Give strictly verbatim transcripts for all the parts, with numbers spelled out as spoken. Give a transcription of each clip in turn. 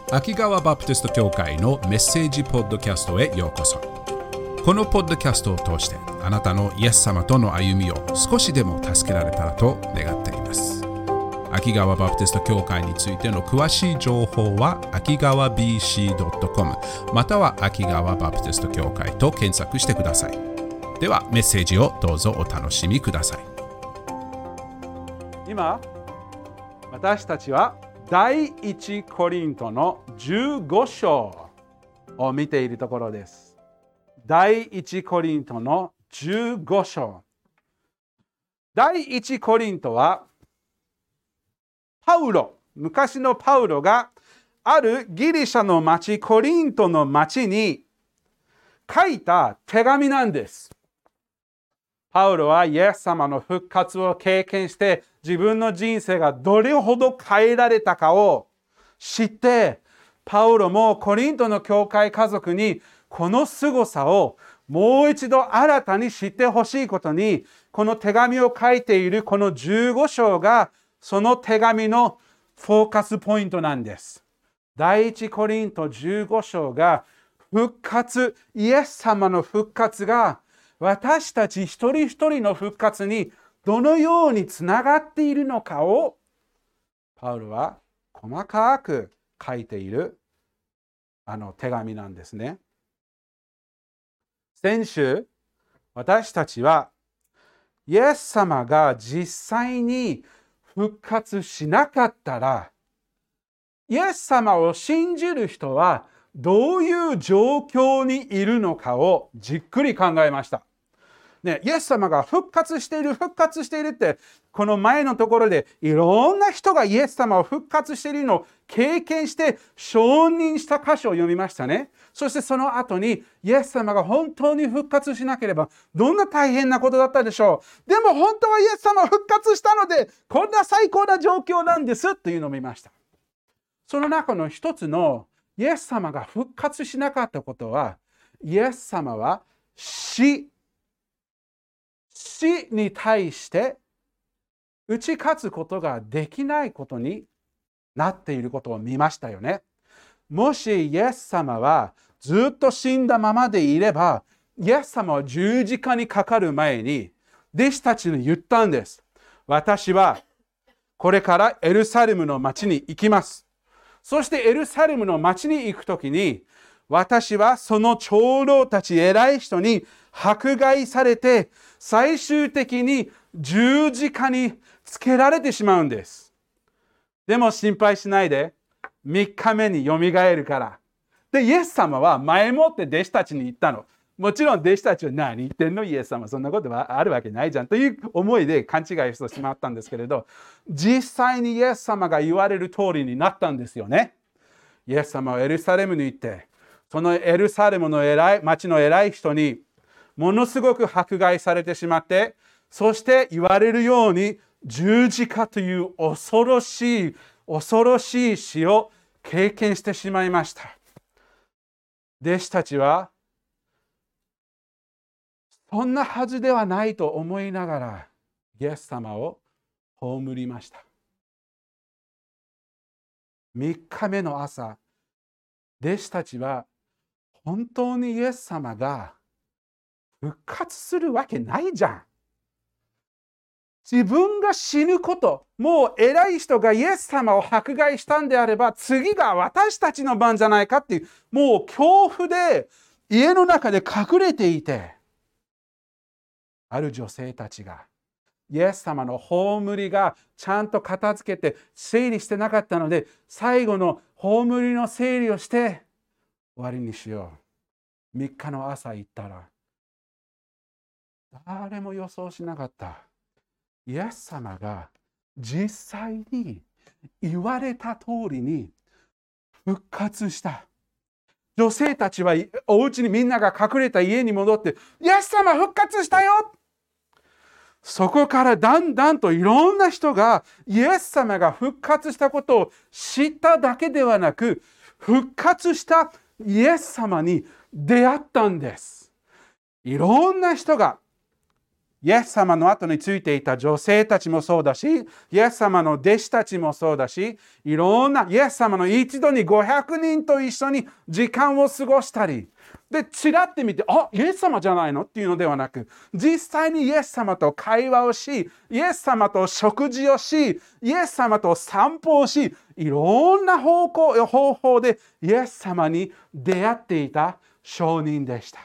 秋川バプテスト教会のメッセージポッドキャストへようこそ。このポッドキャストを通してあなたのイエス様との歩みを少しでも助けられたらと願っています。秋川バプテスト教会についての詳しい情報は秋川 ビーシードットコム または秋川バプテスト教会と検索してください。ではメッセージをどうぞお楽しみください。 今私たちは第一コリントのじゅうご章を見ているところです。第一コリントのじゅうご章。第一コリントはパウロ、昔のパウロがあるギリシャの町、コリントの町に書いた手紙なんです。パウロはイエス様の復活を経験して自分の人生がどれほど変えられたかを知って、パウロもコリントの教会家族にこの凄さをもう一度新たに知ってほしいことに、この手紙を書いているこのじゅうご章がその手紙のフォーカスポイントなんです。第一コリントじゅうご章が復活、イエス様の復活が私たち一人一人の復活にどのようにつながっているのかをパウロは細かく書いているあの手紙なんですね。先週私たちはイエス様が実際に復活しなかったら、イエス様を信じる人はどういう状況にいるのかをじっくり考えました。ね、イエス様が復活している、復活しているって、この前のところでいろんな人がイエス様を復活しているのを経験して承認した箇所を読みましたね。そしてその後にイエス様が本当に復活しなければどんな大変なことだったでしょう。でも本当はイエス様は復活したのでこんな最高な状況なんですというのを見ました。その中の一つのイエス様が復活しなかったことは、イエス様は死死に対して打ち勝つことができないことになっていることを見ましたよね。もしイエス様はずっと死んだままでいれば、イエス様は十字架にかかる前に弟子たちに言ったんです。私はこれからエルサレムの町に行きます。そしてエルサレムの町に行くときに、私はその長老たち偉い人に迫害されて、最終的に十字架につけられてしまうんです。でも心配しないで、みっかめによみがえるから。で、イエス様は前もって弟子たちに言ったの。もちろん弟子たちは何言ってんのイエス様、そんなことはあるわけないじゃんという思いで勘違いしてしまったんですけれど、実際にイエス様が言われる通りになったんですよね。イエス様はエルサレムに行って、そのエルサレムの偉い町の偉い人にものすごく迫害されてしまって、そして言われるように十字架という恐ろしい恐ろしい死を経験してしまいました。弟子たちはそんなはずではないと思いながらイエス様を葬りました。みっかめの朝、弟子たちは本当にイエス様が復活するわけないじゃん。自分が死ぬこと、もう偉い人がイエス様を迫害したんであれば、次が私たちの番じゃないかっていう、もう恐怖で家の中で隠れていて、ある女性たちがイエス様の葬りがちゃんと片付けて整理してなかったので、最後の葬りの整理をして終わりにしよう。みっかの朝行ったら、誰も予想しなかった。イエス様が実際に言われた通りに復活した。女性たちはお家にみんなが隠れた家に戻って、イエス様復活したよ。そこからだんだんといろんな人がイエス様が復活したことを知っただけではなく、復活したイエス様に出会ったんです。いろんな人がイエス様の後についていた女性たちもそうだし、イエス様の弟子たちもそうだし、いろんなイエス様の一度にごひゃくにんと一緒に時間を過ごしたり、で、ちらって見て、あ、イエス様じゃないのっていうのではなく、実際にイエス様と会話をし、イエス様と食事をし、イエス様と散歩をし、いろんな方向方法でイエス様に出会っていた証人でした。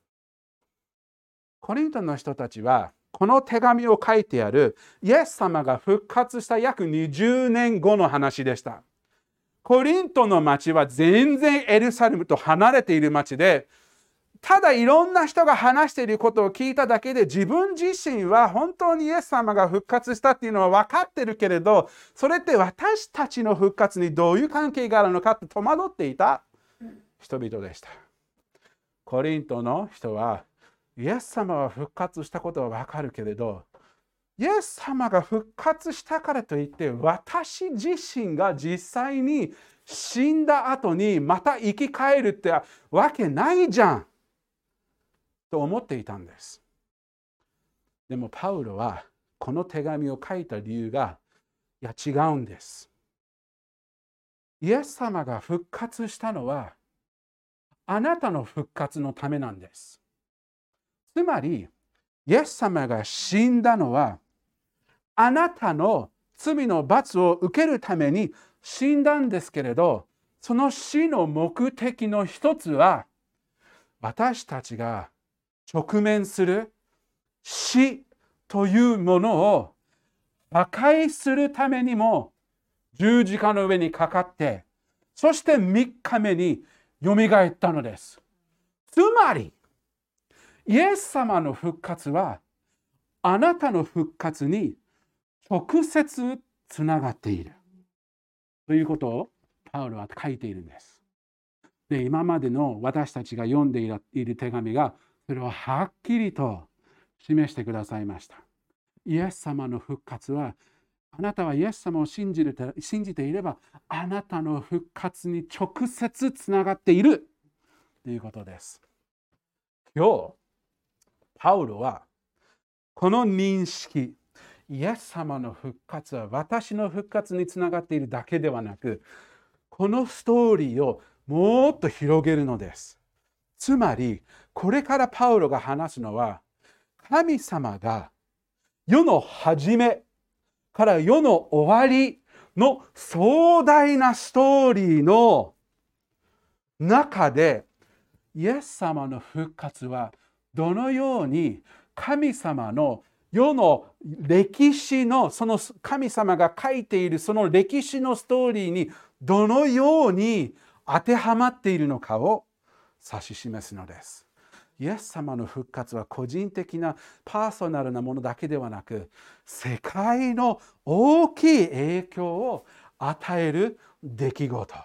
コリントの人たちは、この手紙を書いてあるイエス様が復活した約にじゅうねんごの話でした。コリントの町は全然エルサレムと離れている町で、ただいろんな人が話していることを聞いただけで、自分自身は本当にイエス様が復活したっていうのは分かってるけれど、それって私たちの復活にどういう関係があるのかって戸惑っていた人々でした。コリントの人は、イエス様は復活したことは分かるけれど、イエス様が復活したからといって、私自身が実際に死んだ後にまた生き返るってわけないじゃんと思っていたんです。でもパウロはこの手紙を書いた理由が、いや違うんです。イエス様が復活したのはあなたの復活のためなんです。つまりイエス様が死んだのはあなたの罪の罰を受けるために死んだんですけれど、その死の目的の一つは私たちが直面する死というものを破壊するためにも十字架の上にかかって、そしてみっかめによみがえったのです。つまりイエス様の復活はあなたの復活に直接つながっているということをパウロは書いているんです。で、今までの私たちが読んでいる手紙がそれをはっきりと示してくださいました。イエス様の復活は、あなたはイエス様を信じる信じていれば、あなたの復活に直接つながっているということです。今日、パウロはこの認識、イエス様の復活は私の復活につながっているだけではなく、このストーリーをもっと広げるのです。つまり、これからパウロが話すのは、神様が世の始めから世の終わりの壮大なストーリーの中で、イエス様の復活はどのように神様の世の歴史の、その神様が書いているその歴史のストーリーにどのように当てはまっているのかを指し示すのです。イエス様の復活は個人的なパーソナルなものだけではなく、世界の大きい影響を与える出来事。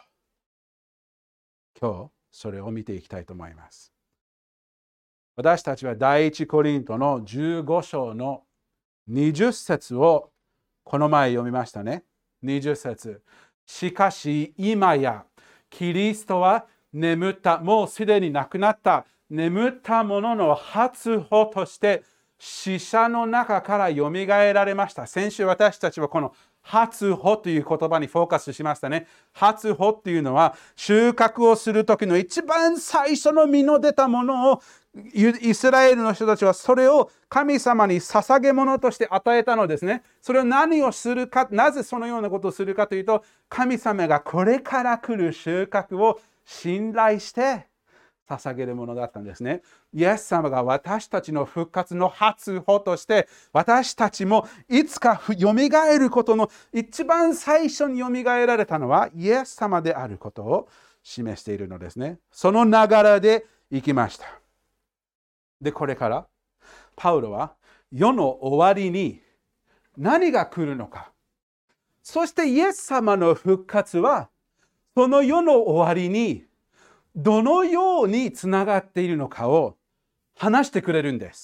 今日それを見ていきたいと思います。私たちは第一コリントのじゅうご章のにじゅっ節をこの前読みましたね。にじゅっ節。しかし今やキリストは眠った、もうすでに亡くなった眠った者の初歩として死者の中からよみがえられました。先週私たちはこの初歩という言葉にフォーカスしましたね。初歩っていうのは収穫をする時の一番最初の実の出たものを、イスラエルの人たちはそれを神様に捧げ物として与えたのですね。それを何をするか、なぜそのようなことをするかというと、神様がこれから来る収穫を信頼して捧げるものだったんですね。イエス様が私たちの復活の初歩として、私たちもいつかよみがえることの一番最初によみがえられたのはイエス様であることを示しているのですね。その流れで行きました。で、これからパウロは世の終わりに何が来るのか、そしてイエス様の復活はその世の終わりにどのようにつながっているのかを話してくれるんです。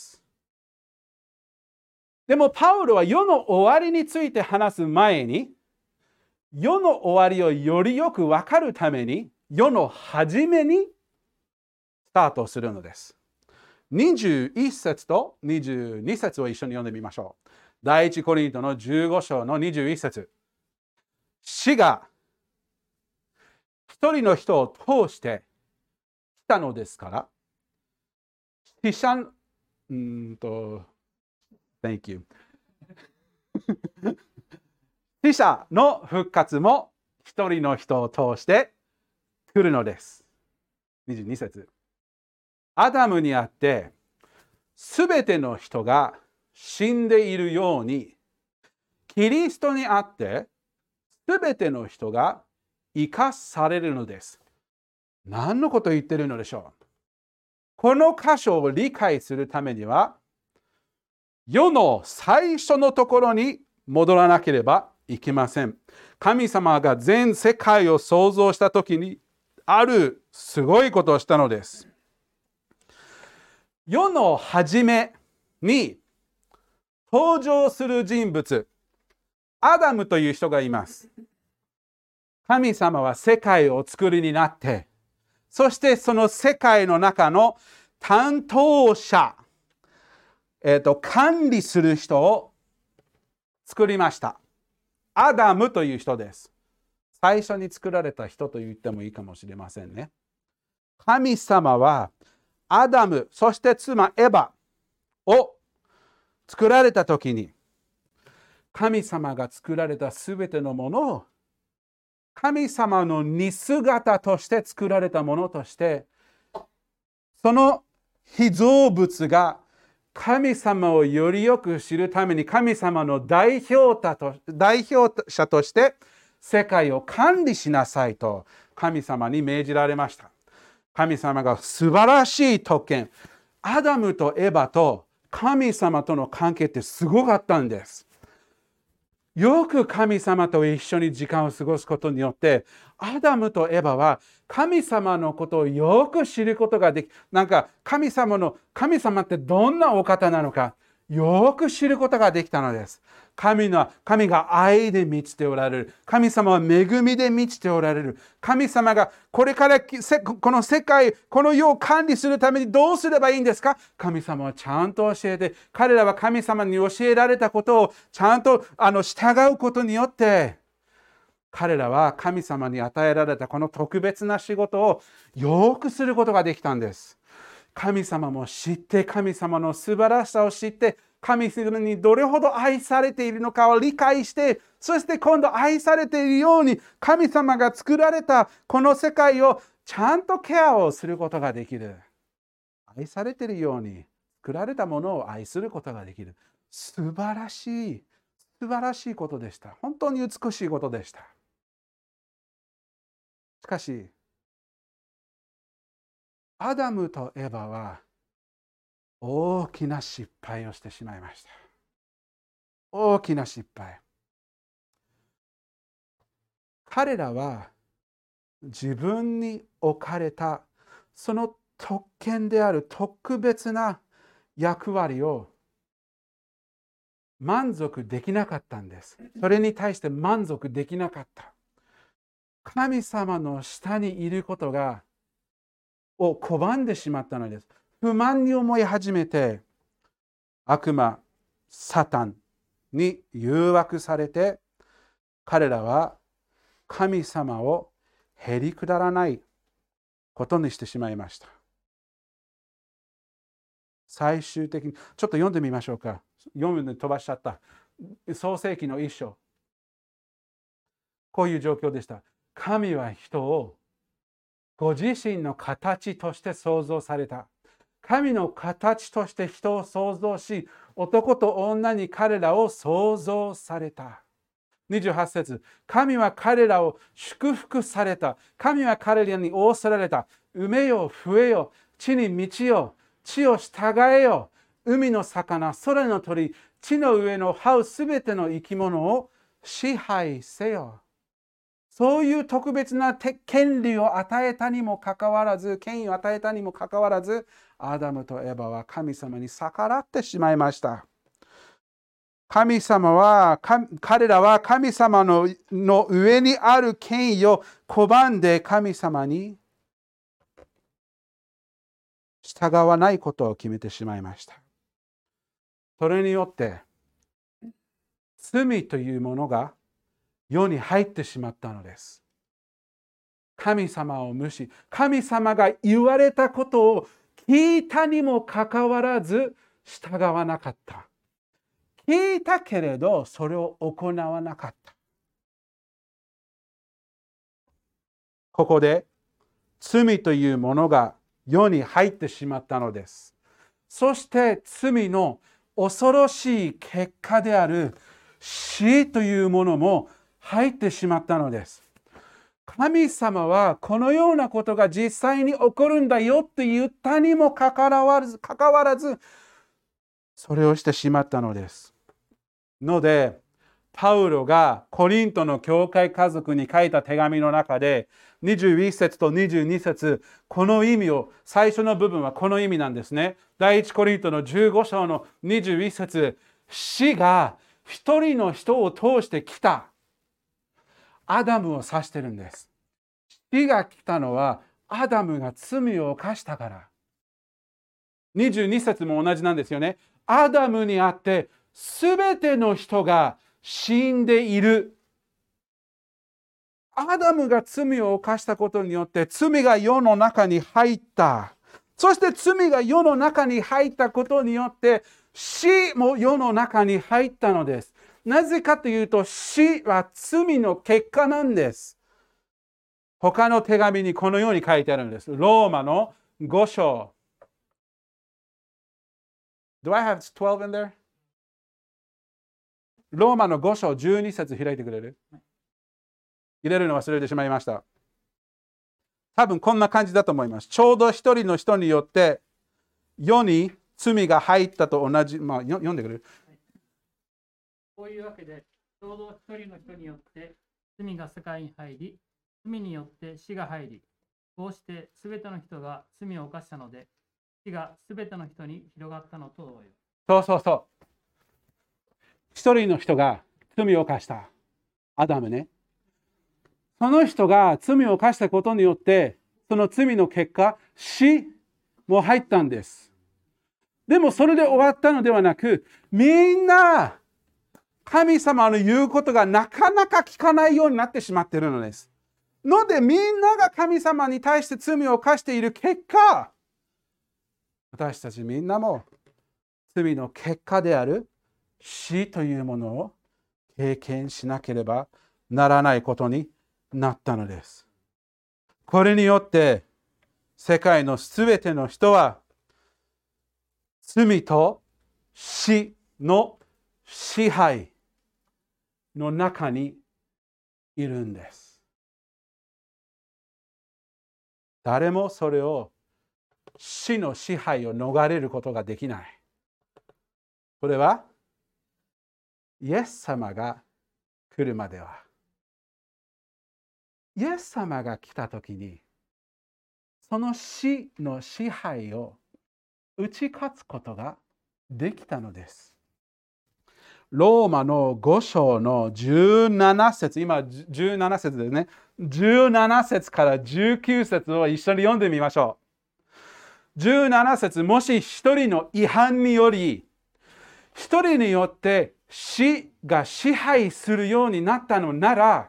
でもパウロは世の終わりについて話す前に、世の終わりをよりよく分かるために世の初めにスタートするのです。 にじゅういっ節とにじゅうに節を一緒に読んでみましょう。第一コリントのじゅうご章のにじゅういっ節。死が一人の人を通して来たのですから、死者、うーんと、Thank you 死者の復活も一人の人を通して来るのです。にじゅうに節。アダムにあって、すべての人が死んでいるように、キリストにあって、すべての人が生かされるのです。何のことを言っているのでしょう。この箇所を理解するためには、世の最初のところに戻らなければいけません。神様が全世界を創造したときに、あるすごいことをしたのです。世の初めに登場する人物、アダムという人がいます。神様は世界をお作りになって、そしてその世界の中の担当者、えーと、管理する人を作りました。アダムという人です。最初に作られた人と言ってもいいかもしれませんね。神様はアダム、そして妻エバを作られたときに、神様が作られたすべてのものを神様の似姿として作られたものとして、その被造物が神様をよりよく知るために神様の代表者と、代表者として世界を管理しなさいと神様に命じられました。神様が素晴らしい特権。アダムとエバと神様との関係ってすごかったんです。よく神様と一緒に時間を過ごすことによって、アダムとエバは神様のことをよく知ることができ、なんか神様の、神様ってどんなお方なのか、よく知ることができたのです。神の、神が愛で満ちておられる。神様は恵みで満ちておられる。神様がこれからこの世界、この世を管理するためにどうすればいいんですか？神様はちゃんと教えて、彼らは神様に教えられたことをちゃんとあの従うことによって、彼らは神様に与えられたこの特別な仕事をよくすることができたんです。神様も知って、神様の素晴らしさを知って、神様にどれほど愛されているのかを理解して、そして今度愛されているように、神様が作られたこの世界をちゃんとケアをすることができる。愛されているように作られたものを愛することができる。素晴らしい、素晴らしいことでした。本当に美しいことでした。しかし、アダムとエバは大きな失敗をしてしまいました。大きな失敗。彼らは自分に置かれたその特権である特別な役割を満足できなかったんです。それに対して満足できなかった。神様の下にいることがを拒んでしまったのです。不満に思い始めて、悪魔、サタンに誘惑されて、彼らは神様をへりくだらないことにしてしまいました。最終的に、ちょっと読んでみましょうか。読むのに飛ばしちゃった。創世記の一章。こういう状況でした。神は人をご自身の形として創造された。神の形として人を創造し、男と女に彼らを創造された。にじゅうはち節。神は彼らを祝福された。神は彼らに仰せられた。埋めよ、増えよ、地に満ちよ、地を従えよ。海の魚、空の鳥、地の上の這うすべての生き物を支配せよ。そういう特別な権利を与えたにもかかわらず、権威を与えたにもかかわらず、アダムとエバは神様に逆らってしまいました。神様は、彼らは神様の、の上にある権威を拒んで神様に従わないことを決めてしまいました。それによって罪というものが世に入ってしまったのです。神様を無視、神様が言われたことを聞いたにもかかわらず従わなかった。聞いたけれどそれを行わなかった。ここで罪というものが世に入ってしまったのです。そして罪の恐ろしい結果である死というものも入ってしまったのです。神様はこのようなことが実際に起こるんだよって言ったにもかかわらず、かかわらずそれをしてしまったのです。ので、パウロがコリントの教会家族に書いた手紙の中でにじゅういち節とにじゅうに節、この意味を、最初の部分はこの意味なんですね。第一コリントのじゅうご章のにじゅういち節、死が一人の人を通して来た。アダムを指してるんです。死が来たのはアダムが罪を犯したから。にじゅうに節も同じなんですよね。アダムにあってすべての人が死んでいる。アダムが罪を犯したことによって罪が世の中に入った。そして罪が世の中に入ったことによって死も世の中に入ったのです。なぜかというと死は罪の結果なんです。他の手紙にこのように書いてあるんです。ローマのご章。Do I have twelve in there? ローマのご章じゅうに節開いてくれる？入れるの忘れてしまいました。多分こんな感じだと思います。ちょうど一人の人によって世に罪が入ったと同じ、まあ、読んでくれる？ こういうわけで、ちょうど一人の人によって罪が世界に入り、罪によって死が入り、こうしてすべての人が罪を犯したので、死がすべての人に広がったのと同様。 そうそうそう。一人の人が罪を犯した。アダムね。その人が罪を犯したことによって、その罪の結果、死も入ったんです。でもそれで終わったのではなく、みんな神様の言うことがなかなか聞かないようになってしまっているのです。のでみんなが神様に対して罪を犯している結果、私たちみんなも罪の結果である死というものを経験しなければならないことになったのです。これによって世界のすべての人は罪と死の支配の中にいるんです。誰もそれを死の支配を逃れることができない。それはイエス様が来るまでは。イエス様が来たときに、その死の支配を打ち勝つことができたのです。ローマのご章のじゅうなな節、今じゅうなな節ですね。じゅうなな節からじゅうきゅう節を一緒に読んでみましょう。じゅうなな節、もし一人の違反により、一人によって死が支配するようになったのなら、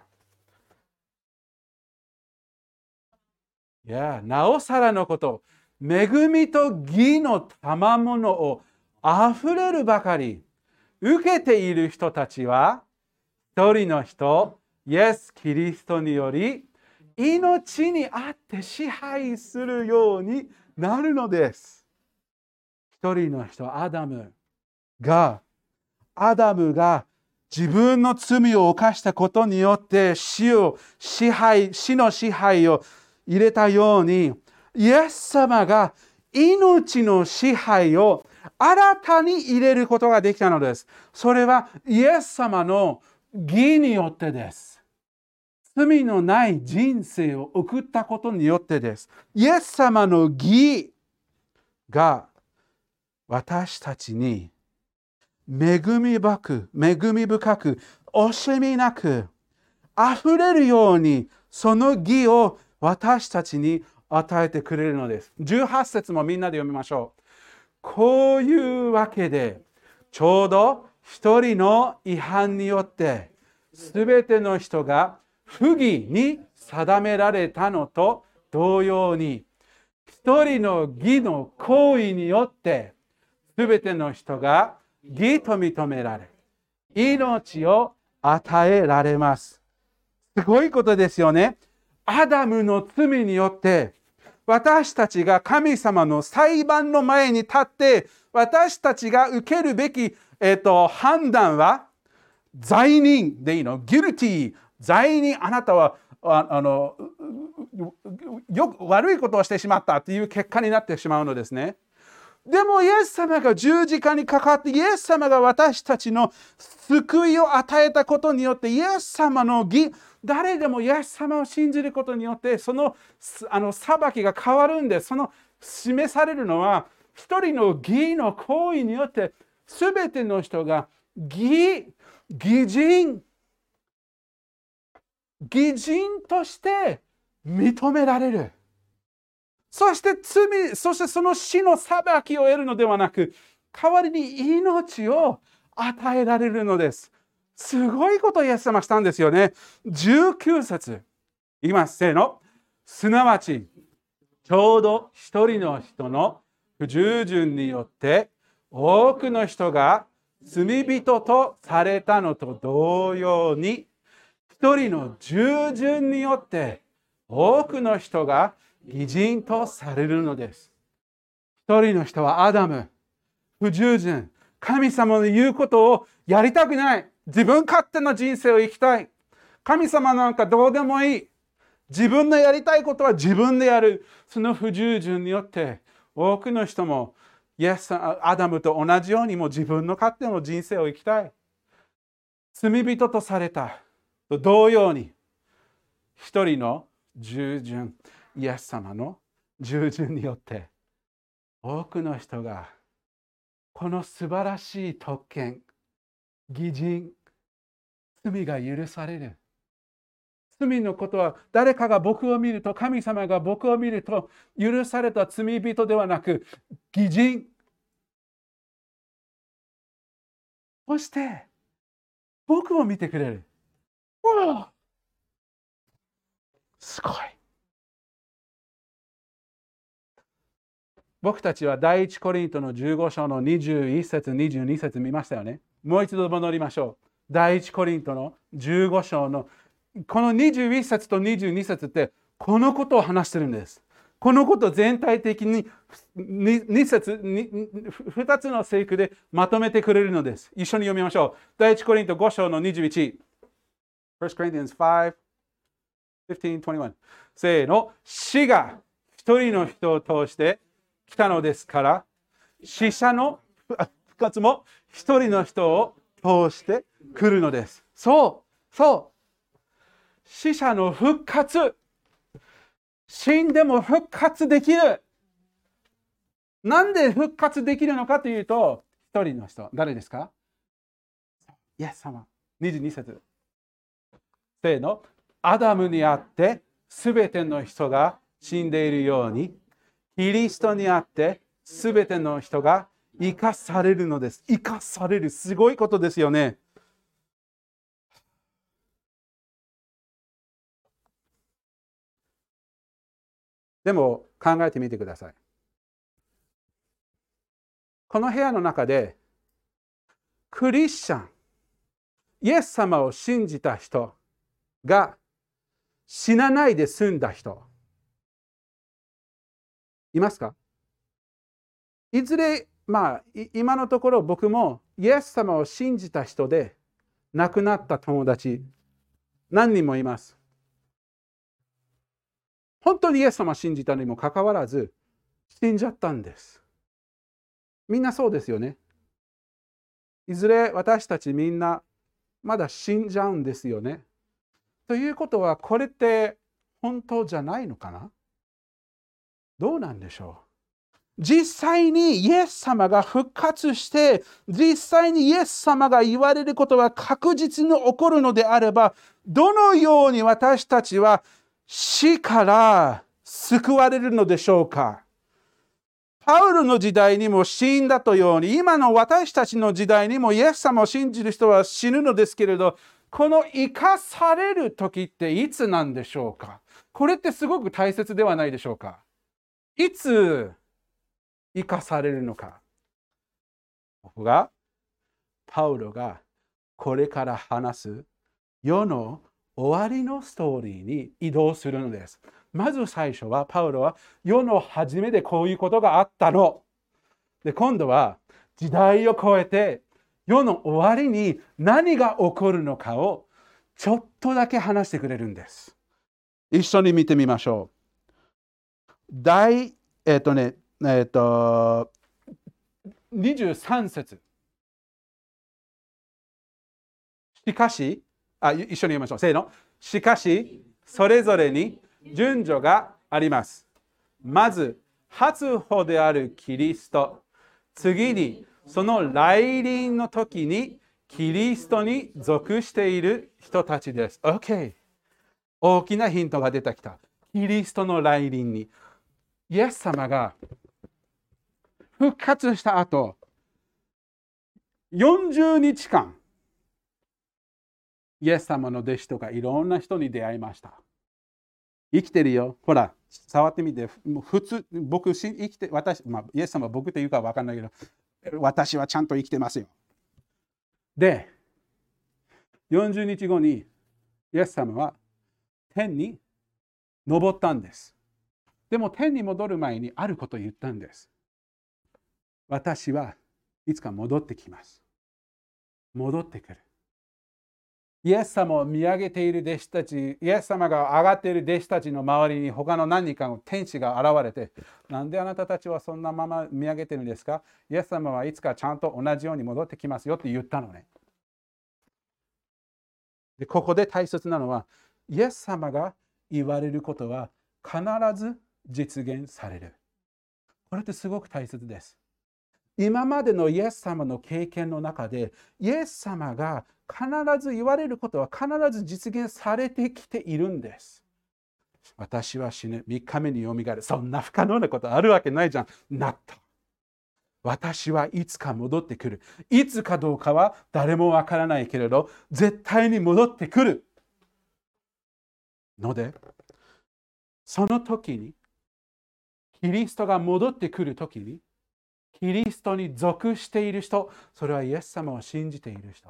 いや、なおさらのこと、恵みと義の賜物をあふれるばかり受けている人たちは、一人の人、イエス・キリストにより、命にあって支配するようになるのです。一人の人、アダムが、アダムが自分の罪を犯したことによって死を支配、死の支配を入れたように、イエス様が命の支配を新たに入れることができたのです。それはイエス様の義によってです。罪のない人生を送ったことによってです。イエス様の義が私たちに恵み深く、恵み深く、惜しみなく、あふれるように、その義を私たちに与えてくれるのです。じゅうはち節もみんなで読みましょう。こういうわけで、ちょうど一人の違反によって、すべての人が不義に定められたのと同様に、一人の義の行為によって、すべての人が義と認められ、命を与えられます。すごいことですよね。アダムの罪によって、私たちが神様の裁判の前に立って、私たちが受けるべき、えーと、判断は、罪人でいいの、ギルティー、罪人、あなたはああのよく悪いことをしてしまったという結果になってしまうのですね。でもイエス様が十字架にかかって、イエス様が私たちの救いを与えたことによって、イエス様の義、誰でもイエス様を信じることによって、そのあの裁きが変わるんです。その示されるのは、一人の義の行為によって、すべての人が義、義人、義人として認められる。そして罪、そしてその死の裁きを得るのではなく、代わりに命を与えられるのです。すごいことをイエス様したんですよね。じゅうきゅう節。いきます。せーの。すなわち、ちょうど一人の人の不従順によって、多くの人が罪人とされたのと同様に、一人の従順によって、多くの人が義人とされるのです。一人の人はアダム、不従順、神様の言うことをやりたくない。自分勝手な人生を生きたい。神様なんかどうでもいい。自分のやりたいことは自分でやる。その不従順によって、多くの人もイエス、アダムと同じようにも自分の勝手な人生を生きたい。罪人とされた。と同様に、一人の従順、イエス様の従順によって、多くの人がこの素晴らしい特権、義人、罪が許される。罪のことは誰かが僕を見ると、神様が僕を見ると、許された罪人ではなく、義人。そして、僕を見てくれる。わあ、すごい。僕たちは第一コリントのじゅうご章のにじゅういち節、にじゅうに節見ましたよね。もう一度戻りましょう。第一コリントのじゅうご章のこのにじゅういち節とにじゅうに節ってこのことを話してるんです。このことを全体的にに節、ふたつの聖句でまとめてくれるのです。一緒に読みましょう。第一コリントご章のにじゅういち。First Corinthians five, fifteen, twenty-one。せーの。死が一人の人を通して来たのですから、死者の復活も一人の人を通して来るのです。そう、そう。死者の復活。死んでも復活できる。なんで復活できるのかというと、一人の人、誰ですか？イエス様。にじゅうに節。せーの。アダムにあってすべての人が死んでいるように、キリストにあってすべての人が生かされるのです。生かされる。すごいことですよね。でも考えてみてください。この部屋の中でクリスチャン、イエス様を信じた人が死なないで済んだ人いますか？いずれ、まあ今のところ僕もイエス様を信じた人で亡くなった友達何人もいます。本当にイエス様を信じたにもかかわらず死んじゃったんです。みんなそうですよね。いずれ私たちみんなまだ死んじゃうんですよね。ということはこれって本当じゃないのかな？どうなんでしょう？実際にイエス様が復活して、実際にイエス様が言われることは確実に起こるのであれば、どのように私たちは死から救われるのでしょうか。パウロの時代にも死んだとように、今の私たちの時代にもイエス様を信じる人は死ぬのですけれど、この生かされる時っていつなんでしょうか。これってすごく大切ではないでしょうか。いつ生かされるのか。ここがパウロがこれから話す世の終わりのストーリーに移動するのです。まず最初はパウロは世の初めでこういうことがあったの。で、今度は時代を超えて世の終わりに何が起こるのかをちょっとだけ話してくれるんです。一緒に見てみましょう。第、えっとね、えっと、にじゅうさん節。しかし、あ、一緒に読みましょう。せーの。しかし、それぞれに順序があります。まず、初歩であるキリスト。次に、その来臨の時にキリストに属している人たちです。OK。大きなヒントが出てきた。キリストの来臨に。イエス様が復活した後、よんじゅうにちかん、イエス様の弟子とかいろんな人に出会いました。生きてるよ。ほら、触ってみて。もう普通、僕、生きて、私、まあ、イエス様は僕って言うか分かんないけど、私はちゃんと生きてますよ。で、よんじゅうにちごに、イエス様は天に昇ったんです。でも天に戻る前にあることを言ったんです。私はいつか戻ってきます。戻ってくる。イエス様を見上げている弟子たち、イエス様が上がっている弟子たちの周りに他の何人かの天使が現れて、なんであなたたちはそんなまま見上げてるんですか？イエス様はいつかちゃんと同じように戻ってきますよって言ったのね。で、ここで大切なのは、イエス様が言われることは必ず実現される。これってすごく大切です。今までのイエス様の経験の中で、イエス様が必ず言われることは必ず実現されてきているんです。私は死ぬ。みっかめによみがえる。そんな不可能なことあるわけないじゃん。なった。私はいつか戻ってくる。いつかどうかは誰もわからないけれど、絶対に戻ってくる。ので、その時に、キリストが戻ってくる時に、キリストに属している人、それはイエス様を信じている人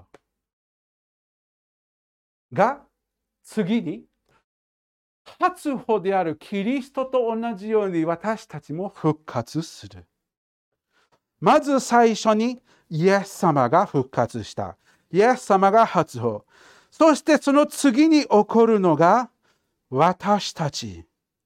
が、次に初歩であるキリストと同じように私たちも復活する。まず最初にイエス様が復活した。イエス様が初歩。そしてその次に起こるのが私たち。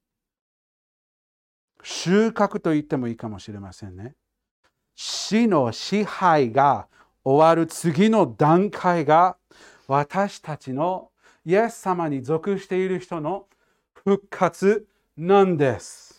収穫と言ってもいいかもしれませんね。死の支配が終わる次の段階が私たちのイエス様に属している人の復活なんです。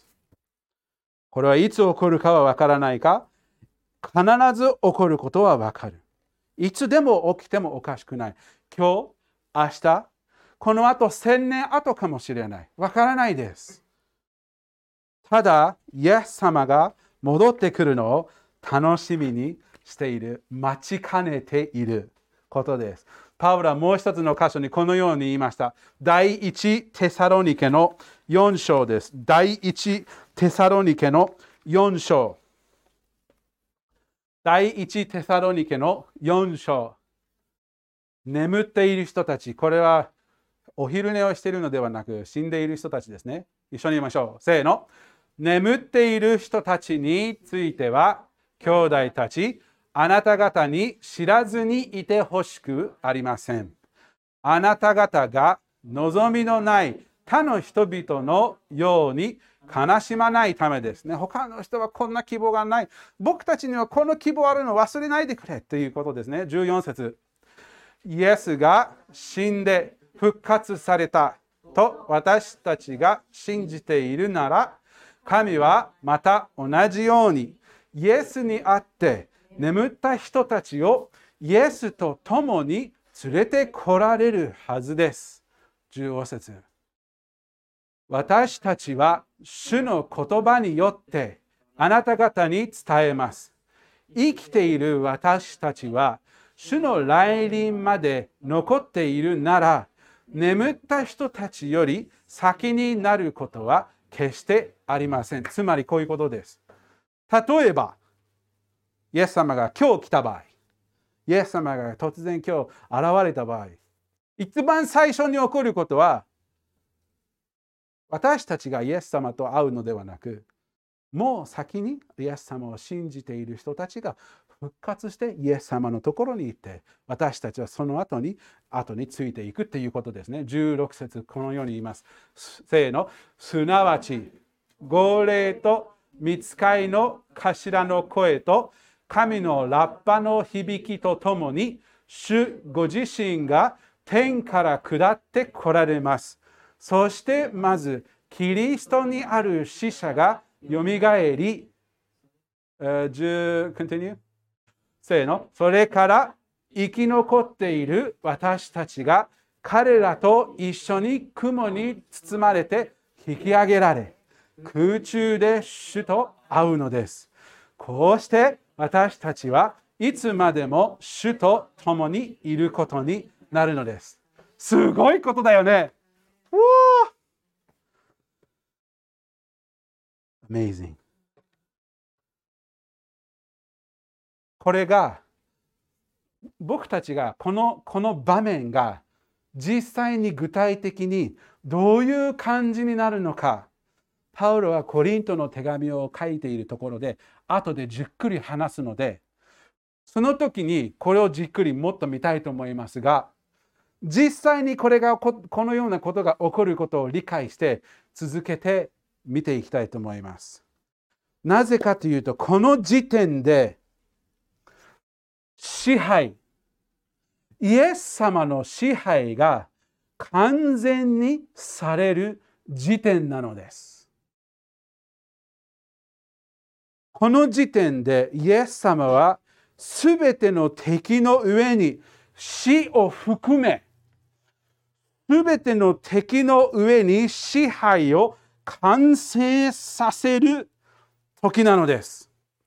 これはいつ起こるかはわからないか、必ず起こることはわかる。いつでも起きてもおかしくない。今日、明日、この後千年後かもしれない。わからないです。ただ、イエス様が戻ってくるのを楽しみにしている、待ちかねていることです。パウロはもう一つの箇所にこのように言いました。第一テサロニケのよん章です。第一テサロニケのよん章。第一テサロニケのよん章。眠っている人たち、これはお昼寝をしているのではなく死んでいる人たちですね。一緒に言いましょう。せーの。眠っている人たちについては、兄弟たち、あなた方に知らずにいてほしくありません。あなた方が望みのない他の人々のように悲しまないためですね。他の人はこんな希望がない。僕たちにはこの希望あるのを忘れないでくれということですね。じゅうよん節。イエスが死んで復活されたと私たちが信じているなら、神はまた同じようにイエスにあって眠った人たちをイエスと共に連れて来られるはずです。じゅうご節。 私たちは主の言葉によってあなた方に伝えます。生きている私たちは主の来臨まで残っているなら、眠った人たちより先になることは決してありません。つまりこういうことです。例えば、イエス様が今日来た場合、イエス様が突然今日現れた場合、一番最初に起こることは、私たちがイエス様と会うのではなく、もう先にイエス様を信じている人たちが復活してイエス様のところに行って、私たちはその後に後についていくということですね。じゅうろく節、このように言います。せーの。すなわち、号令と御使いの頭の声と神のラッパの響きとともに、主ご自身が天から下って来られます。そしてまず、キリストにある死者がよみがえり、uh, 10 continue せーの。それから生き残っている私たちが彼らと一緒に雲に包まれて引き上げられ、空中で主と会うのです。こうして私たちはいつまでも主と共にいることになるのです。すごいことだよね。Amazing。これが僕たちがこのこの場面が実際に具体的にどういう感じになるのか、パウロはコリントの手紙を書いているところで後でじっくり話すので、その時にこれをじっくりもっと見たいと思いますが、実際にこれが こ, このようなことが起こることを理解して続けて見ていきたいと思います。なぜかというと、この時点で支配、イエス様の支配が完全にされる時点なのです。この時点でイエス様はすべての敵の上に死を含め、すべての敵の上に支配を完成させる時なのです。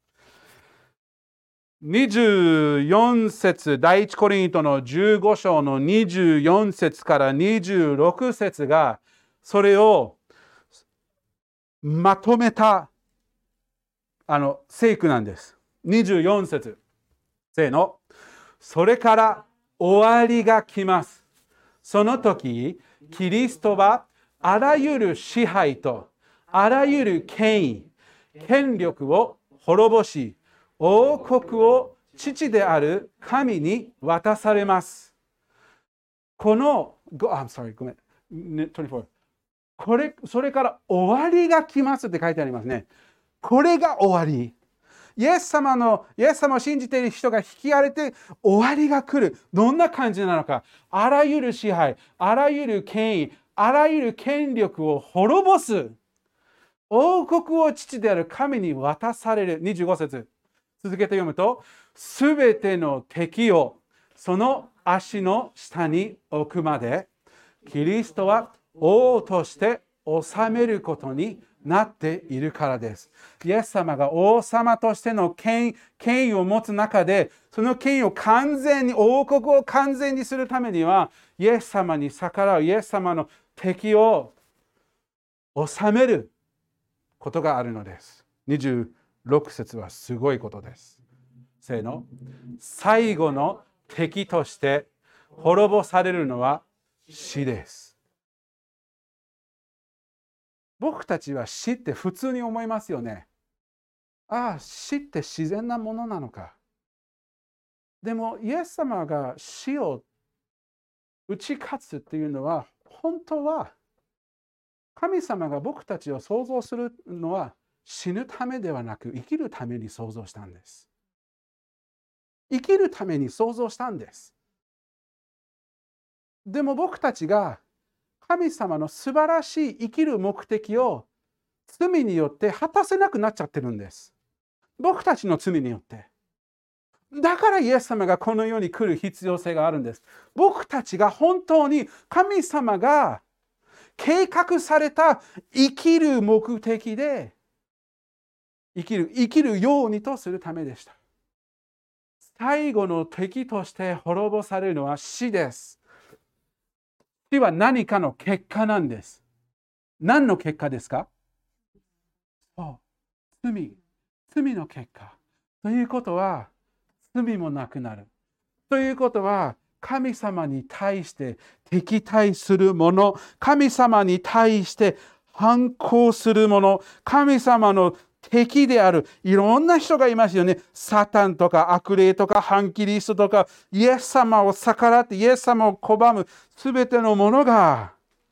にじゅうよん節、第一コリントのじゅうご章のにじゅうよん節からにじゅうろく節がそれをまとめたあの聖句なんです。にじゅうよん節、せーの。それから終わりが来ます。その時、キリストはあらゆる支配とあらゆる権威、権力を滅ぼし、王国を父である神に渡されます。この、I'm sorry、ごめん、にじゅうよん。これ、それから終わりが来ますって書いてありますね。これが終わり。イエス様の、イエス様を信じている人が引き上げて終わりが来る。どんな感じなのか。あらゆる支配、あらゆる権威、あらゆる権力を滅ぼす。王国を父である神に渡される。にじゅうご節。続けて読むと、すべての敵をその足の下に置くまで、キリストは王として治めることになっているからです。イエス様が王様としての権威を持つ中で、その権威を完全に、王国を完全にするためには、イエス様に逆らう、イエス様の敵を治めることがあるのです。にじゅうろく節はすごいことです。せーの。最後の敵として滅ぼされるのは死です。僕たちは死って普通に思いますよね。ああ、死って自然なものなのか。でも、イエス様が死を打ち勝つっていうのは、本当は神様が僕たちを創造するのは死ぬためではなく、生きるために創造したんです。生きるために創造したんです。でも僕たちが神様の素晴らしい生きる目的を罪によって果たせなくなっちゃってるんです。僕たちの罪によって。だからイエス様がこの世に来る必要性があるんです。僕たちが本当に神様が計画された生きる目的で生きる、生きるようにとするためでした。最後の敵として滅ぼされるのは死です。死は何かの結果なんです。何の結果ですか？そう、罪。罪の結果。ということは、罪もなくなる。ということは、神様に対して敵対するもの、神様に対して反抗するもの、神様の敵であるいろんな人がいますよね。サタンとか悪霊とか反キリストとか、イエス様を逆らってイエス様を拒むすべてのものが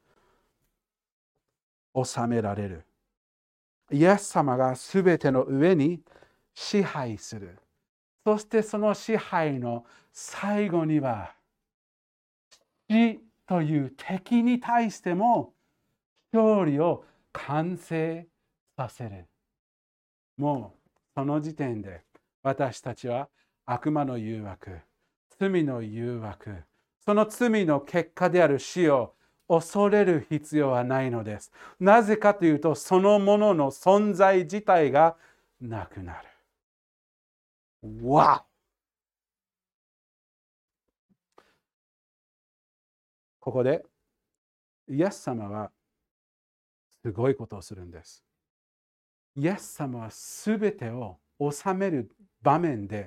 治められる。イエス様がすべての上に支配する。そしてその支配の最後には、死という敵に対しても勝利を完成させる。もうその時点で私たちは悪魔の誘惑、罪の誘惑、その罪の結果である死を恐れる必要はないのです。なぜかというと、そのものの存在自体がなくなる。わお！ここでイエス様はすごいことをするんです。イエス様はすべてを治める場面で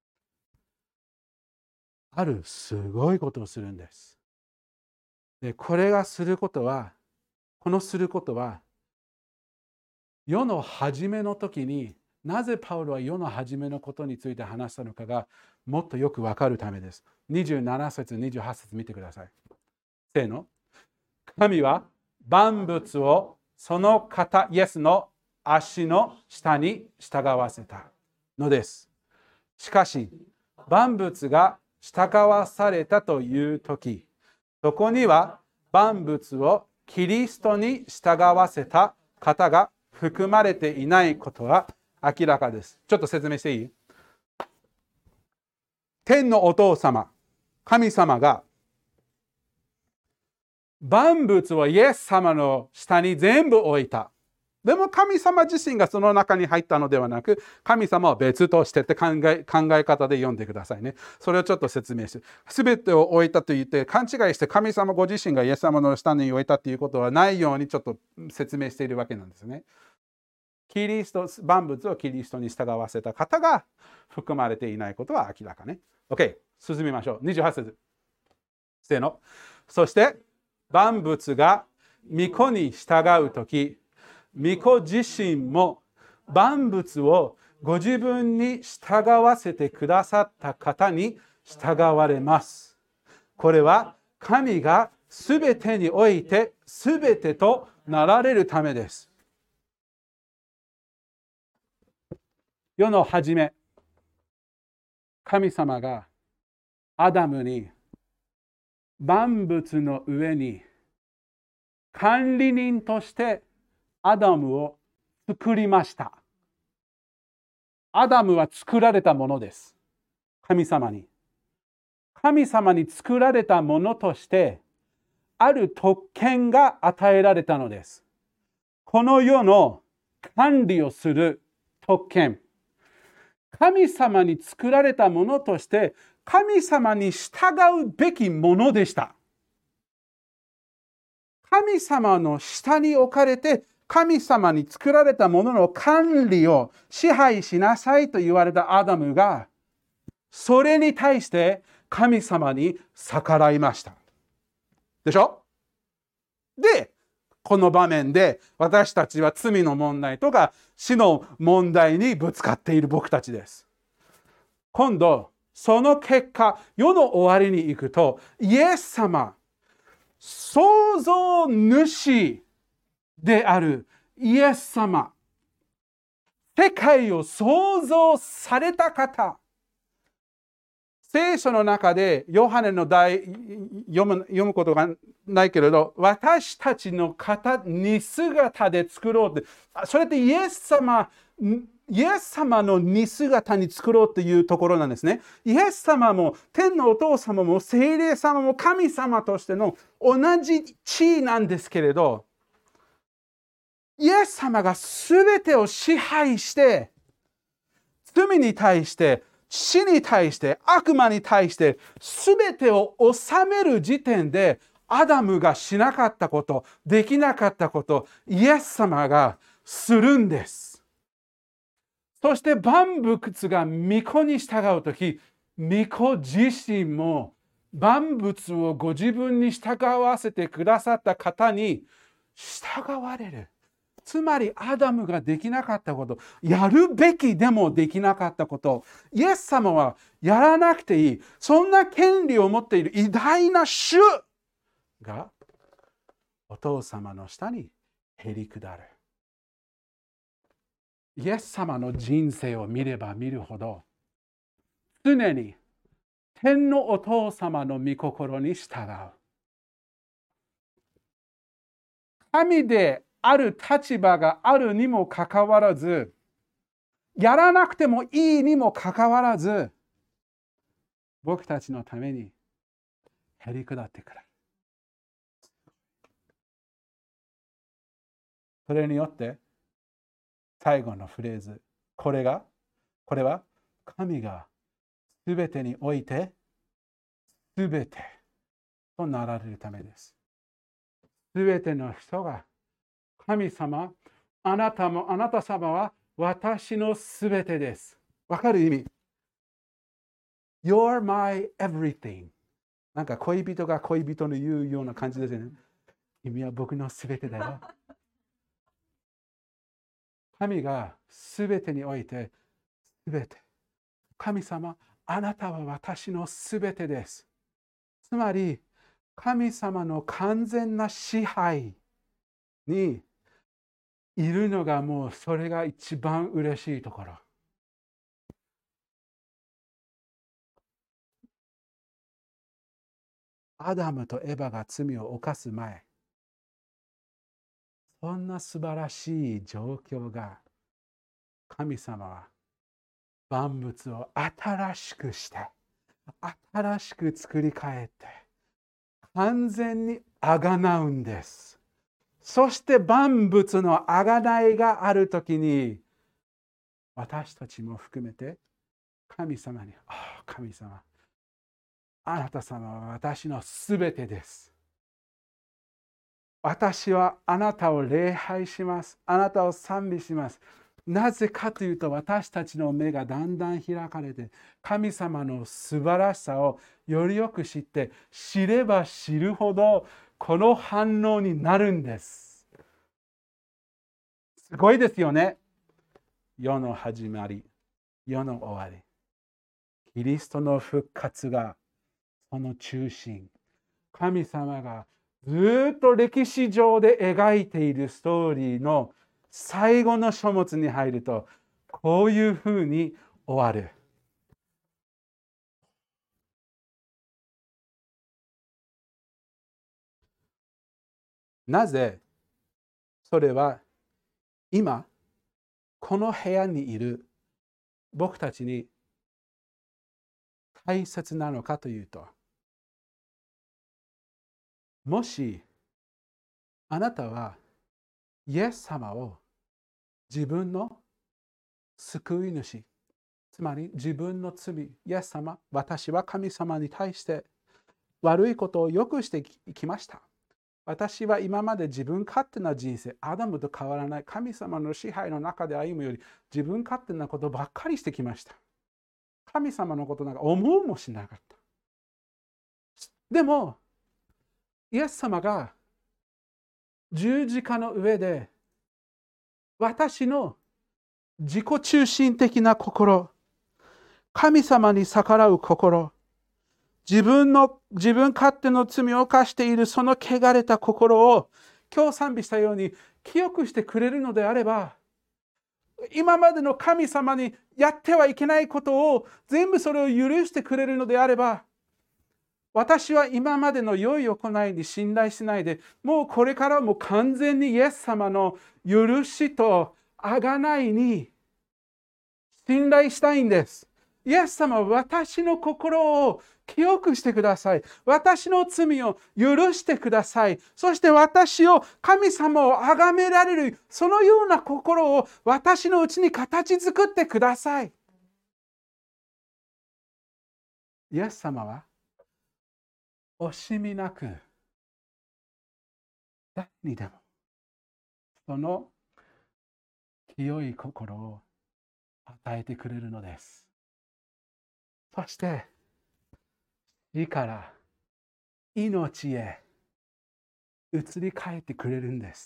あるすごいことをするんです。で、これがすることは、このすることは、世の初めの時になぜパウロは世の初めのことについて話したのかがもっとよくわかるためです。にじゅうなな節、にじゅうはち節見てください。せーの。神は万物をその方、イエスの足の下に従わせたのです。しかし、万物が従わされたというとき、そこには万物をキリストに従わせた方が含まれていないことは明らかです。ちょっと説明していい？天のお父様、神様が万物をイエス様の下に全部置いた。でも神様自身がその中に入ったのではなく、神様は別としてって考え、考え方で読んでくださいね。それをちょっと説明して。すべてを置いたと言って勘違いして神様ご自身がイエス様の下に置いたということはないようにちょっと説明しているわけなんですね。キリスト、万物をキリストに従わせた方が含まれていないことは明らかね。OK、進みましょう。にじゅうはち節。せーの。そして万物が御子に従うとき、御子自身も万物をご自分に従わせてくださった方に従われます。これは神がすべてにおいてすべてとなられるためです。世の初め、神様がアダムに万物の上に管理人としてアダムを作りました。アダムは作られたものです。神様に。神様に作られたものとして、ある特権が与えられたのです。この世の管理をする特権。神様に作られたものとして、神様に従うべきものでした。神様の下に置かれて、神様に作られたものの管理を支配しなさいと言われたアダムが、それに対して神様に逆らいました。でしょ？で、この場面で私たちは罪の問題とか死の問題にぶつかっている僕たちです。今度、その結果、世の終わりに行くと、イエス様、創造主であるイエス様、世界を創造された方、聖書の中でヨハネの題読む、読むことがないけれど、私たちの型に姿で作ろうって、それってイエス様イエス様の似姿に作ろうというところなんですね。イエス様も天のお父様も聖霊様も神様としての同じ地位なんですけれど、イエス様が全てを支配して、罪に対して、死に対して、悪魔に対して、全てを治める時点で、アダムがしなかったこと、できなかったこと、イエス様がするんです。そして万物が御子に従うとき、御子自身も万物をご自分に従わせてくださった方に従われる。つまりアダムができなかったこと、やるべきでもできなかったこと、イエス様はやらなくていい。そんな権利を持っている偉大な主がお父様の下にへり下る。イエス様の人生を見れば見るほど、常に天のお父様の御心に従う。神である立場があるにもかかわらず、やらなくてもいいにもかかわらず、僕たちのためにへり下ってくる。それによって、最後のフレーズ、これが、これは、神がすべてにおいて、すべてとなられるためです。すべての人が、神様、あなたも、あなた様は私のすべてです。わかる意味？ You're my everything。なんか恋人が恋人の言うような感じですよね。君は僕のすべてだよ。神がすべてにおいて、すべて。神様、あなたは私のすべてです。つまり、神様の完全な支配にいるのがもうそれが一番嬉しいところ。アダムとエバが罪を犯す前、そんな素晴らしい状況が、神様は万物を新しくして、新しく作り変えて、完全にあがなうんです。そして万物のあがないがあるときに、私たちも含めて神様に、ああ、神様、あなた様は私のすべてです。私はあなたを礼拝します。あなたを賛美します。なぜかというと、私たちの目がだんだん開かれて、神様の素晴らしさをよりよく知って、知れば知るほどこの反応になるんです。すごいですよね。世の始まり、世の終わり。キリストの復活がその中心。神様がずっと歴史上で描いているストーリーの最後の書物に入ると、こういうふうに終わる。なぜそれは今この部屋にいる僕たちに大切なのかというと、もしあなたはイエス様を自分の救い主、つまり自分の罪、イエス様、私は神様に対して悪いことをよくしてきました。私は今まで自分勝手な人生、アダムと変わらない神様の支配の中で歩むより自分勝手なことばっかりしてきました。神様のことなんか思うもしなかった。でも、イエス様が十字架の上で私の自己中心的な心、神様に逆らう心、自分の自分勝手の罪を犯しているその汚れた心を今日賛美したように清くしてくれるのであれば、今までの神様にやってはいけないことを全部それを許してくれるのであれば、私は今までの良い行いに信頼しないで、もうこれからも完全にイエス様の許しと贖いに信頼したいんです。イエス様は私の心を清くしてください。私の罪を許してください。そして私を、神様を崇められる、そのような心を私のうちに形作ってください。イエス様は惜しみなく誰にでもその清い心を与えてくれるのです。そして死から命へ移り変えてくれるんです。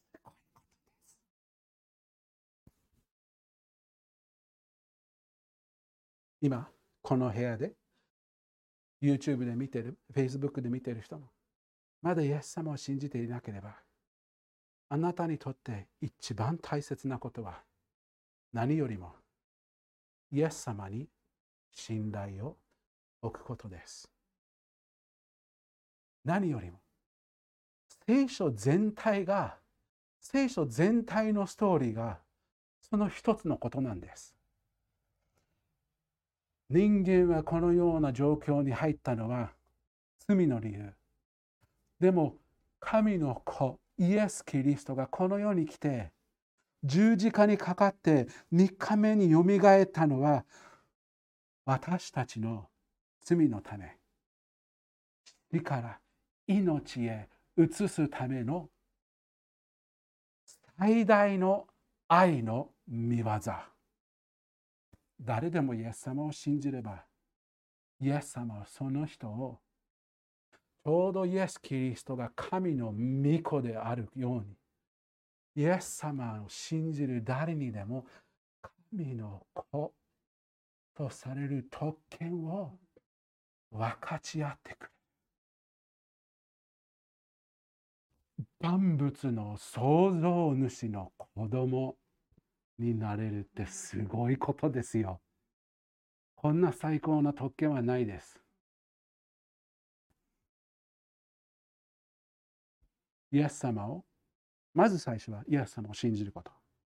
今この部屋で YouTube で見てる、Facebook で見てる人もまだイエス様を信じていなければ、あなたにとって一番大切なことは何よりもイエス様に信頼を置くことです。何よりも聖書全体が、聖書全体のストーリーがその一つのことなんです。人間はこのような状況に入ったのは罪の理由。でも神の子イエス・キリストがこの世に来て十字架にかかってみっかめによみがえったのは私たちの罪のため、死から命へ移すための最大の愛の御業。誰でもイエス様を信じれば、イエス様はその人をちょうどイエス・キリストが神の御子であるように、イエス様を信じる誰にでも神の子とされる特権を分かち合ってくる。万物の創造主の子供になれるってすごいことですよ。こんな最高な特権はないです。イエス様を、まず最初はイエス様を信じること。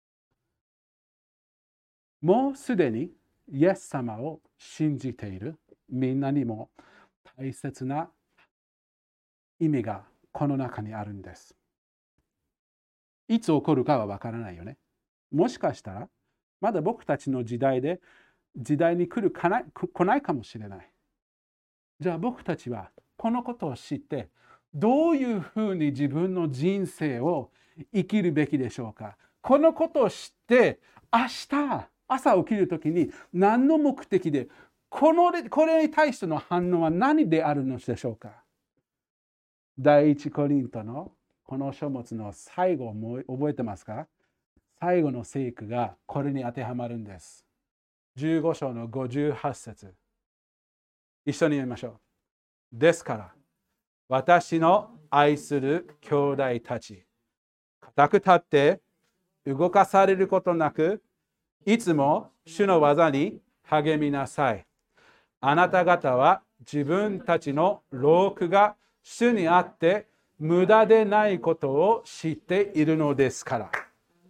もうすでにイエス様を信じているみんなにも大切な意味がこの中にあるんです。いつ起こるかはわからないよね。もしかしたらまだ僕たちの時代で時代に来るかない来ないかもしれない。じゃあ僕たちはこのことを知ってどういうふうに自分の人生を生きるべきでしょうか。このことを知って明日朝起きるときに何の目的でこのこれに対しての反応は何であるのでしょうか。第一コリントのこの書物の最後も覚えてますか。最後の聖句がこれに当てはまるんです。じゅうご章のごじゅうはち節。一緒に読みましょう。ですから私の愛する兄弟たち、固く立って動かされることなく、いつも主の技に励みなさい。あなた方は自分たちの労苦が主にあって無駄でないことを知っているのですから。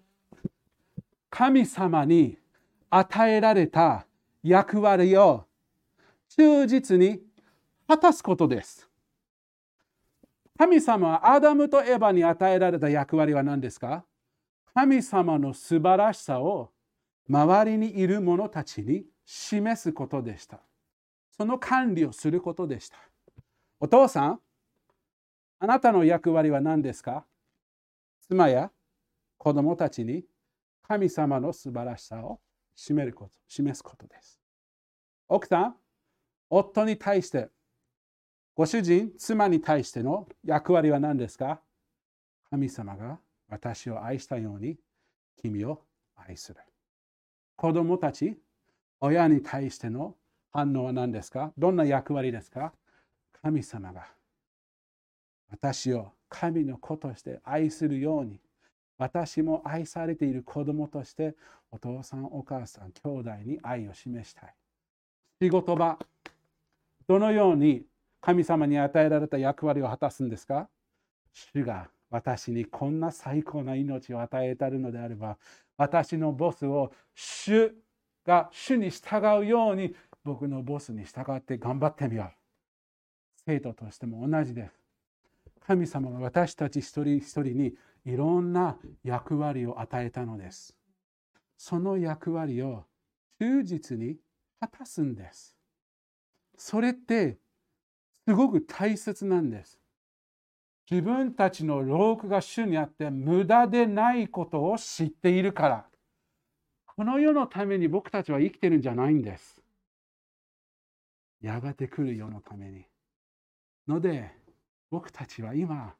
神様に与えられた役割を忠実に果たすことです。神様はアダムとエバに与えられた役割は何ですか。神様の素晴らしさを周りにいる者たちに示すことでした。その管理をすることでした。お父さん、あなたの役割は何ですか。妻や子供たちに神様の素晴らしさを示ること、示すことです。奥さん、夫に対して、ご主人、妻に対しての役割は何ですか。神様が私を愛したように君を愛する。子供たち、親に対しての反応は何ですか。どんな役割ですか。神様が私を神の子として愛するように、私も愛されている子供としてお父さん、お母さん、兄弟に愛を示したい。仕事場、どのように神様に与えられた役割を果たすんですか。主が私にこんな最高な命を与えているのであれば、私のボスを主が主に従うように僕のボスに従って頑張ってみよう。生徒としても同じです。神様は私たち一人一人にいろんな役割を与えたのです。その役割を忠実に果たすんです。それってすごく大切なんです。自分たちの労苦が主にあって無駄でないことを知っているから。この世のために僕たちは生きてるんじゃないんです。やがて来る世のために。ので、僕たちは今、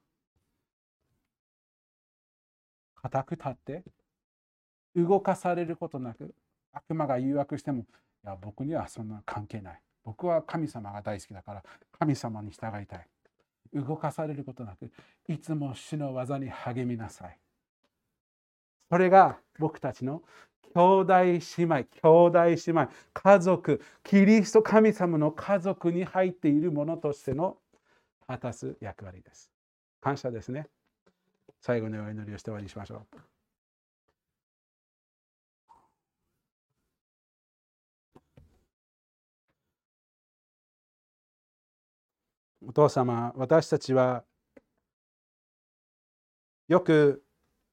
固く立って、動かされることなく、悪魔が誘惑しても、いや、僕にはそんな関係ない。僕は神様が大好きだから、神様に従いたい。動かされることなく、いつも主の技に励みなさい。それが僕たちの兄弟姉妹、兄弟姉妹、家族、キリスト神様の家族に入っているものとしての果たす役割です。感謝ですね。最後にお祈りをして終わりにしましょう。お父様、私たちはよく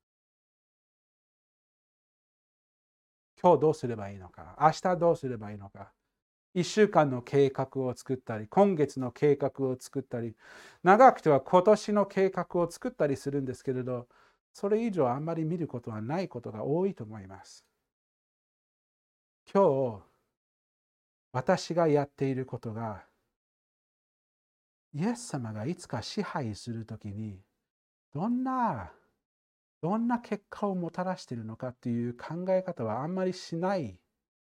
今日どうすればいいのか、明日どうすればいいのか、いっしゅうかんの計画を作ったり、今月の計画を作ったり、長くては今年の計画を作ったりするんですけれど、それ以上あんまり見ることはないことが多いと思います。今日、私がやっていることが、イエス様がいつか支配するときに、どんな、どんな結果をもたらしているのかという考え方はあんまりしない。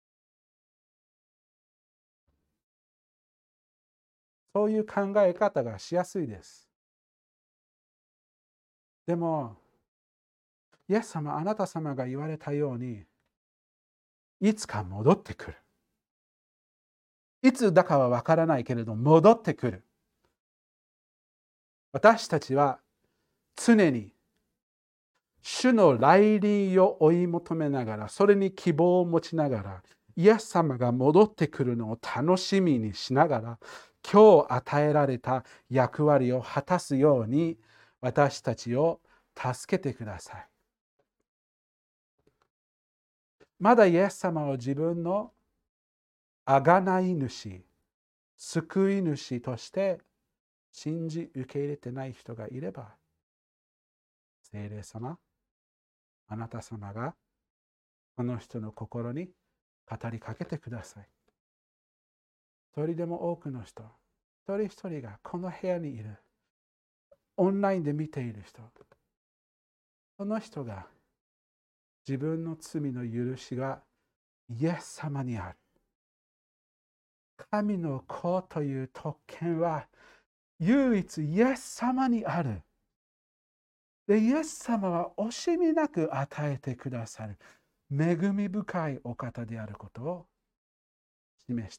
そういう考え方がしやすいです。でも、イエス様、あなた様が言われたように、いつか戻ってくる。いつだかはわからないけれど、戻ってくる。私たちは常に主の来臨を追い求めながら、それに希望を持ちながら、イエス様が戻ってくるのを楽しみにしながら、今日与えられた役割を果たすように、私たちを助けてください。まだイエス様を自分の贖い主、救い主として信じ受け入れてない人がいれば、聖霊様、あなた様がこの人の心に語りかけてください。一人でも多くの人、一人一人がこの部屋にいる、オンラインで見ている人、その人が自分の罪の許しがイエス様にある。神の子という特権は唯一イエス様にある。で、イエス様は惜しみなく与えてくださる恵み深いお方であることを示して、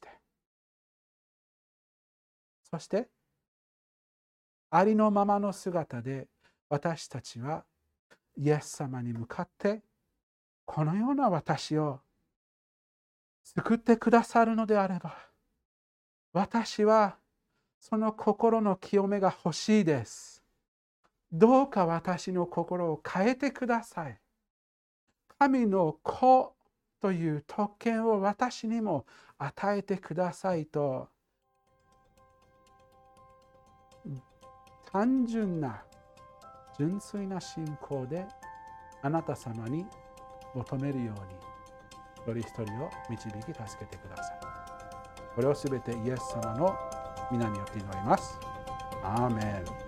そしてありのままの姿で私たちはイエス様に向かってこのような私を救ってくださるのであれば、私はその心の清めが欲しいです。どうか私の心を変えてください。神の子という特権を私にも与えてくださいと、単純な純粋な信仰であなた様に求めるように一人一人を導き助けてください。これをすべてイエス様の皆によって祈ります。アーメン。